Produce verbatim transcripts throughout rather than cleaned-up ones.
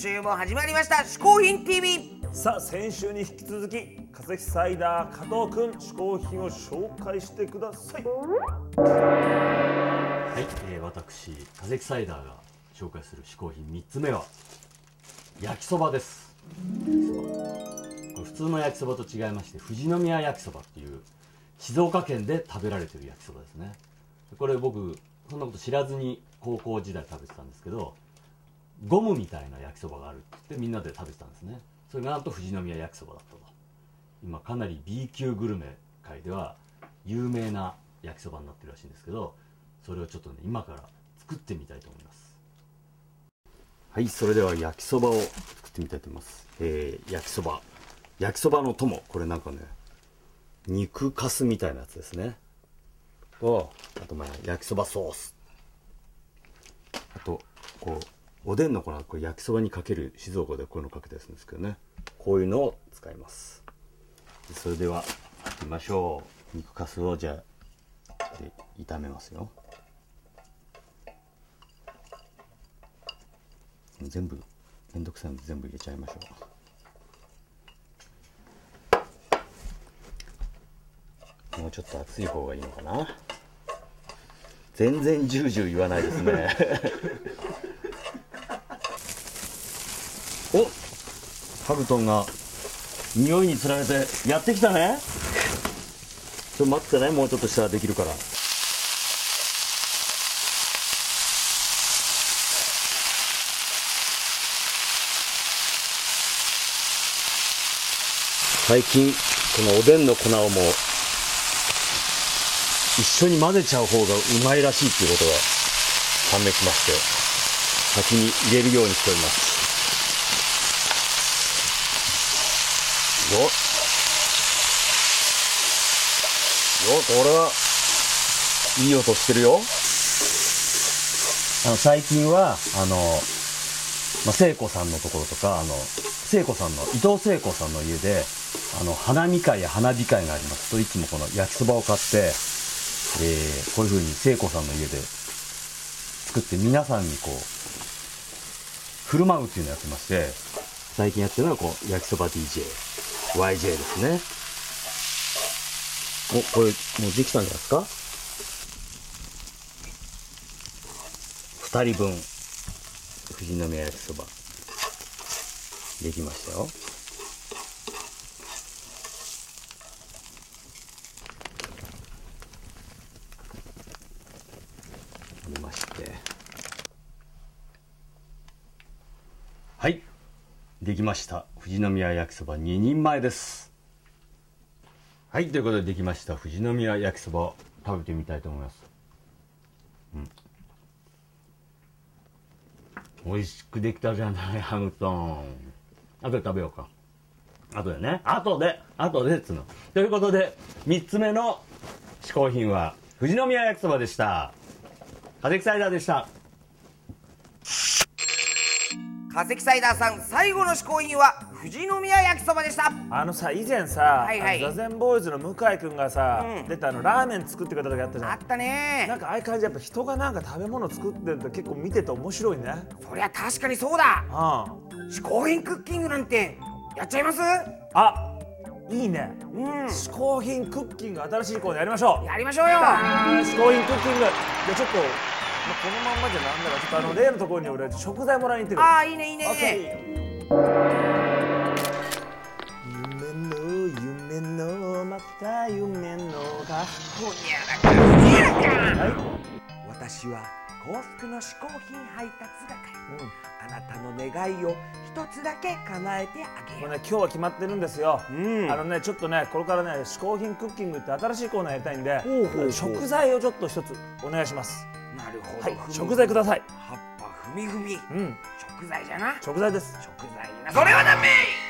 週も始まりました嗜好品 ティーブイ。 さあ先週に引き続き化石サイダー加藤くん嗜好品を紹介してください。 はい、えー、私化石サイダーが紹介する嗜好品みっつめは焼きそばです。焼きそば、これ普通の焼きそばと違いまして富士宮焼きそばっていう静岡県で食べられてる焼きそばですね。これ僕そんなこと知らずに高校時代食べてたんですけど、ゴムみたいな焼きそばがあるって言ってみんなで食べてたんですね。それがなんと富士宮焼きそばだったと。今かなり B 級グルメ界では有名な焼きそばになってるらしいんですけど、それをちょっとね今から作ってみたいと思います。はい、それでは焼きそばを作ってみたいと思います。えー、焼きそば焼きそばの友、これなんかね肉かすみたいなやつですね。とあとまあ焼きそばソース、あとこうおでんの粉、これ焼きそばにかける、静岡でこういうのかけたやつなんですけどね、こういうのを使います。それではやってみましょう。肉かすをじゃあで炒めますよ。全部めんどくさいので全部入れちゃいましょう。もうちょっと熱い方がいいのかな。全然ジュージュー言わないですねお、ハグトンが匂いにつられてやってきたね。ちょっと待ってね、もうちょっとしたらできるから。最近このおでんの粉をもう一緒に混ぜちゃう方がうまいらしいっていうことが判明しまして、先に入れるようにしております。よっよっ、これはいい音してるよ。あの最近はあの、まあ、聖子さんのところとか、あの聖子さんの伊藤聖子さんの家であの花見会や花火会がありますと、いつもこの焼きそばを買って、えー、こういう風に聖子さんの家で作って皆さんにこう振る舞うっていうのをやってまして、最近やってるのはこう焼きそば ディージェーワイジェー ですね。お、これもうできたんじゃないですか。ふたりぶん富士宮焼きそばできましたよ。入れまして、はい、できました。富士宮焼きそばににんまえです。はい、ということでできました富士宮焼きそばを食べてみたいと思います。うん、美味しくできたじゃないハムトン。後で食べようか。後でね、後で後でっつうの。ということでみっつめの嗜好品は富士宮焼きそばでした。化石サイダーでした。 化石サイダーさん最後の嗜好品は富士宮焼きそばでした。 あのさ、以前さ、 はいはい、 あの座禅ボーイズの向井くんがさ、うん、出たあのラーメン作ってくれた時あったじゃん。 あったね。 なんかああいう感じでやっぱ人がなんか食べ物作ってると結構見てて面白いね。 そりゃ確かにそうだ。 うん、 嗜好品クッキングなんてやっちゃいます？ あ、いいね。 うん、 嗜好品クッキング新しいコーナーやりましょう。 やりましょうよ。 嗜好品クッキングでちょっと、まあ、このまんまじゃなんだかちょっとあの例のところに俺食材もらいに行ってる。 ああ、いいねいいね。 夢の夢のまた夢のがほにゃらかほにゃらか、はい、私は幸福の嗜好品配達係、うん、あなたの願いを一つだけ叶えてあげよう。 これね、今日は決まってるんですよ、うん、あのね、ちょっとね、これからね、嗜好品クッキングって新しいコーナーやりたいんで、ほうほうほう、食材をちょっと一つお願いします。 なるほど、 はい、食材ください。 葉っぱふみふみ、うん、食材じゃな。 食材です。 食材な、それはダメ。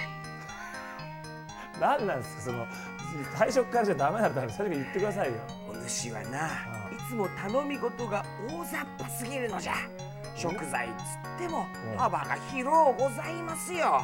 なんなんですか、その最初からじゃダメだったら最初に言ってくださいよ。 お主はな、いつも頼み事が大雑把すぎるのじゃ。食材つっても幅が広うございますよ。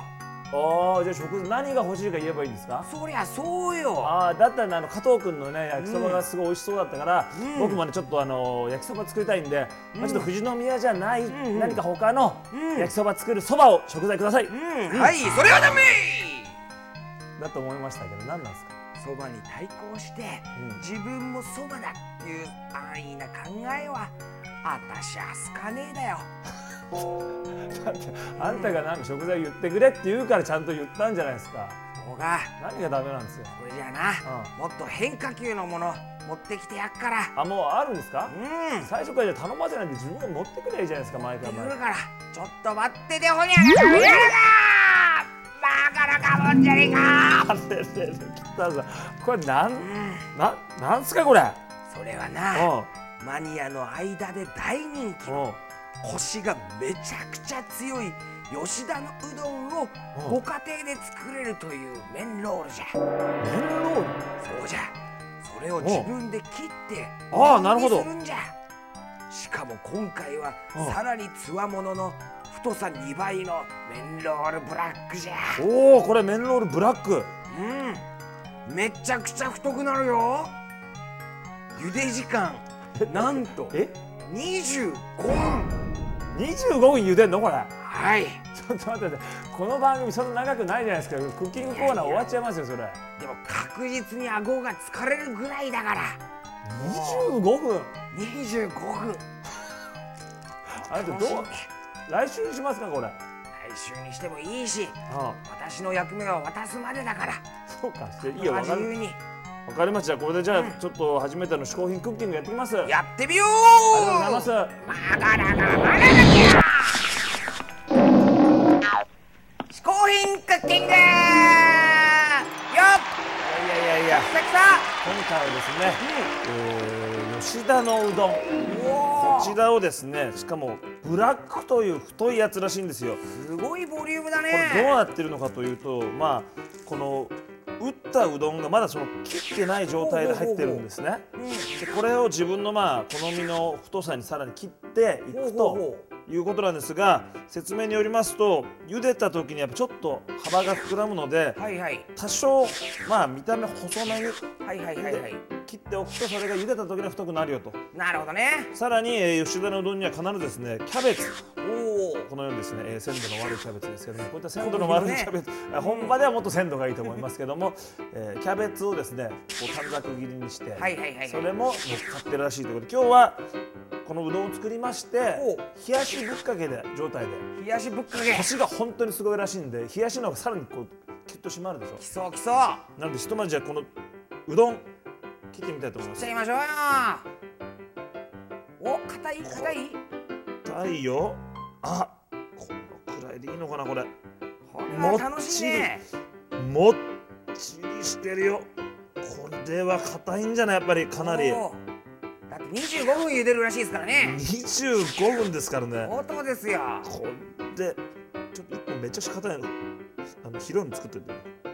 ああ、じゃあ食材何が欲しいか言えばいいんですか？ そりゃそうよ。 ああ、だったらあの加藤君のね焼きそばがすごい美味しそうだったから、 うん、 僕もねちょっとあの焼きそば作りたいんで、うん、まあ、ちょっと富士宮じゃない、うん、何か他の焼きそば作るそばを食材ください。 うんうん、はい、それはダメだと思いましたけど、何なんですか？ そばに対抗して、うん、自分もそばだっていう安易な考えはあたしゃすかねえだよ。 だってあんたが何食材言ってくれって言うからちゃんと言ったんじゃないですか。 そうか。 何がダメなんですよ。 これじゃあな、うん、もっと変化球のもの持ってきてやっから。 あ、もうあるんですか？ うん。 最初からじゃ頼ませないで自分が持ってくればいいじゃないですか。毎回毎回。 からちょっと待っててほにゃららほにゃららバカなかもんじゃねえか。 来たぞ。これなん、うん、ななんすかこれ。それはな、マニアの間で大人気のコシがめちゃくちゃ強い吉田のうどんをご家庭で作れるという麺ロールじゃ。 麺ロール？ そうじゃ。それを自分で切ってああ、なるほど。 するんじゃ。しかも今回はさらにつわものの太さにばいの麺ロールブラックじゃ。 おお、これ麺ロールブラック。 うん、めちゃくちゃ太くなるよ。茹で時間なんとえにじゅうごふん。 にじゅうごふん茹でんのこれ。 はい。 ちょっと待って、この番組そんな長くないじゃないですか。クッキングコーナー終わっちゃいますよそれ。 でも確実に顎が疲れるぐらいだから。 にじゅうごふん。 にじゅうごふん。 あれってどう？来週にしますかこれ。来週にしてもいいし、ああ、私の役目は渡すまでだから。 そうか。いいよ、 自由に。 わかりました。これでじゃあ、うん、ちょっと初めての嗜好品クッキングやってきます。 やってみよう。 ありがとうございます。 まがらがまがらが嗜好品クッキングよっ。いやいやいやいや。 さきさ今回はですね、うん、えー、吉田のうどん。こちらをですね、しかもブラックという太いやつらしいんですよ。 すごいボリュームだね。 これどうなってるのかというと、まあこの打ったうどんがまだその切ってない状態で入ってるんですね。でこれを自分のまあ好みの太さにさらに切っていくということなんですが、説明によりますと茹でた時にやっぱちょっと幅が膨らむので、 はいはい、 多少まあ見た目細めに切っておくとそれが茹でた時に太くなるよと。 なるほどね。 さらに、えー、吉田のうどんには必ずですねキャベツ、このようにですね、えー、鮮度の悪いキャベツですけども、こういった鮮度の悪いキャベツ、ね、本場ではもっと鮮度がいいと思いますけども、えー、キャベツをですねこう短冊切りにして、それも乗っかってるらしいということで、今日はこのうどんを作りまして冷やしぶっかけで状態で、 冷やしぶっかけコシが本当にすごいらしいんで、冷やしの方がさらにこうキュッと締まるでしょ。 きそうきそう。 なのでひとまずじゃあこのうどん切ってみたいと思います。 切っちゃいましょうよ。お、硬い硬い硬いよ。あ、このくらいでいいのかなこれ。 もっ楽しいね。 もっちりしてるよ。これは硬いんじゃないやっぱりかなり。 だってにじゅうごふん茹でるらしいですからね。 にじゅうごふんですからね。 相当ですよ。 これでちょっと一本めっちゃ硬いの、あの広いの作っておいて。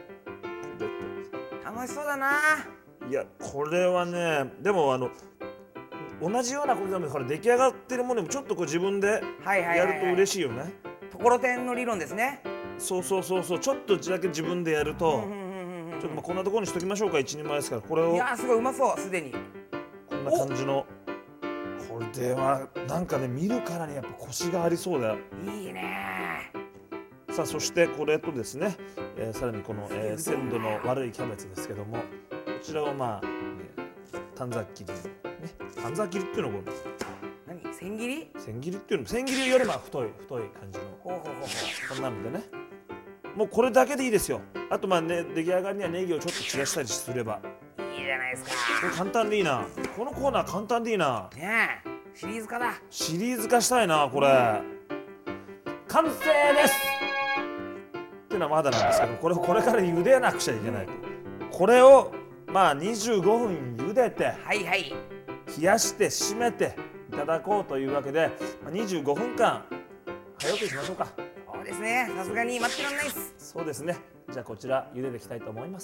楽しそうだな。 いやこれはね、でもあの同じようなことでもこれ出来上がってるものもちょっとこう自分でやると嬉しいよね。 ところてんの理論ですね。 そうそうそうそう、ちょっとだけ自分でやると、ちょっとまあこんなところにしときましょうか。一人前ですからこれを。 いやすごいうまそうすでに。 こんな感じの。これではなんかね見るからにやっぱコシがありそうだよ。 いいね。 さあそしてこれとですね、えー、さらにこの、えー、鮮度の悪いキャベツですけども、こちらをまあ、ね、短冊切りね、短冊切りっていうのはこれ何千切り？ 千切りっていうの千切りよりまあ太い太い感じの。 ほうほうほうほう。 こんなのでね、もうこれだけでいいですよ。あとまあね出来上がりにはネギをちょっと散らしたりすればいいじゃないですか。 これ簡単でいいな。このコーナー簡単でいいな。 ねえシリーズ化だ。 シリーズ化したいなこれ。完成ですっていうのはまだなんですけど、これこれから茹でなくちゃいけない。これをまあにじゅうごふん茹でて、 はいはい、 冷やして締めていただこうというわけで、にじゅうごふんかん早送りしましょうか。 そうですね、さすがに待ってらんないです。 そうですね。じゃあこちら茹でていきたいと思います。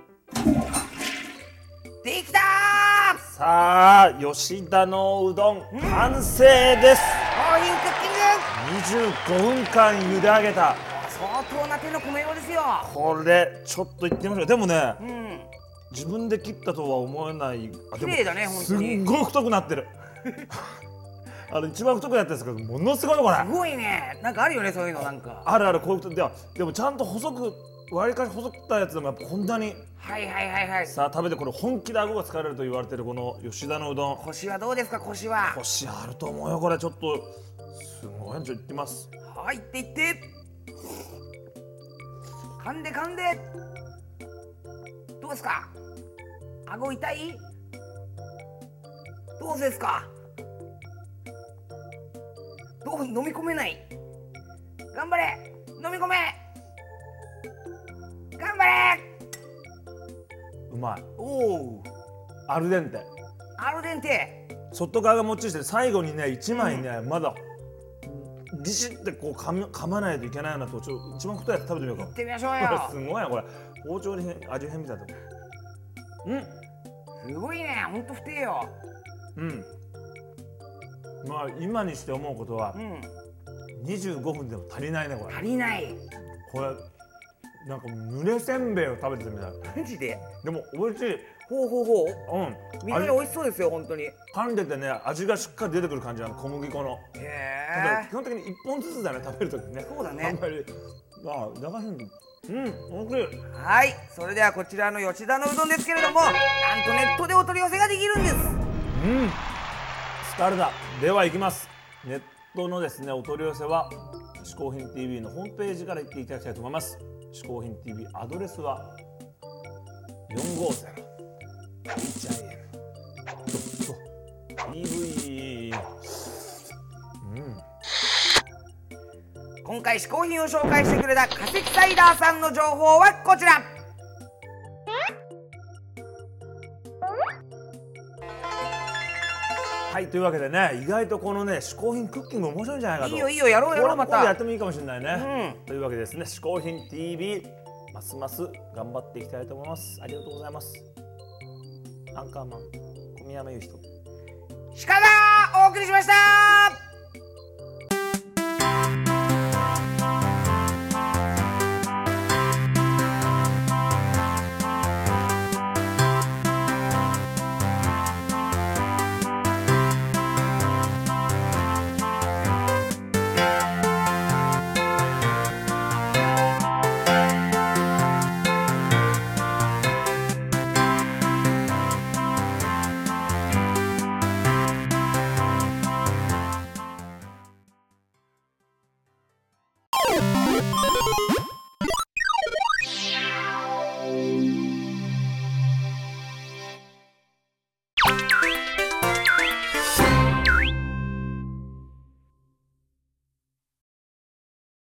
できたー。 さあ吉田のうどん完成です。 商品クッキングにじゅうごふんかん茹で上げた相当な手の米ようですよ。 これちょっといってみましょう。でもね、 うん、 自分で切ったとは思えない。あ、でも綺麗だね、本すっ当に。 ごい太くなってる。あの一番太くなってるんですけど、ものすごいこれ。 すごいね。なんかあるよね、そういうのなんか。 あるある、こういうことでは、でもちゃんと細く、わりかし細くったやつでもやっぱこんなに。 はいはいはいはい。 さあ食べて、これ本気で顎が疲れると言われてるこの吉田のうどん。 コシはどうですか、コシは。 コシあると思うよ、これちょっと。すごい、ちょっといってます。 はい、いっていって。噛んで噛んで。どうですか。顎痛い。どうですか。どう飲み込めない。頑張れ。飲み込め。頑張れ。 うまい。 おお。 アルデンテ。 アルデンテ。 外側がもっちりして、最後にねいちまいね、うん、まだビシッてこう噛み噛まないといけないなと。ちょ一番太いやつ食べてみようか。 いってみましょうよ。 これすごいな、これ包丁に味変みたいだと。うん、 すごいね、ほんと太いよ。 うん。まあ今にして思うことは、うん、にじゅうごふんでも足りないね、これ。 足りない。 これなんか濡れせんべいを食べてるみたい。 マジで。 でも美味しい。 ほうほうほう。 うん。 みんな美味しそうですよ、本当に。 噛んでてね、味がしっかり出てくる感じなの、小麦粉の。 へえ。 基本的に一本ずつだね、食べるときね。 そうだね。 あんまり、まあ、駄菓子に。うん、美味しい。 はい、それではこちらの吉田のうどんですけれども、なんとネットでお取り寄せができるんです。うん。 スカルダ。では行きます。ネットのですね、お取り寄せは嗜好品 ティーブイ のホームページから行っていただきたいと思います。嗜好品 ティーブイ アドレスはよんごゼロ エイチアイエム ティーブイ。 うん。 今回嗜好品を紹介してくれた化石サイダーさんの情報はこちら。 はい、というわけでね、意外とこのね、嗜好品クッキング面白いんじゃないかと。 いいよいいよ、やろうやろう、また。 やってもいいかもしれないね。 うん、 というわけでですね、嗜好品 ティーブイ ますます頑張っていきたいと思います。ありがとうございます。アンカーマン小宮山雄人、 鹿がお送りしました。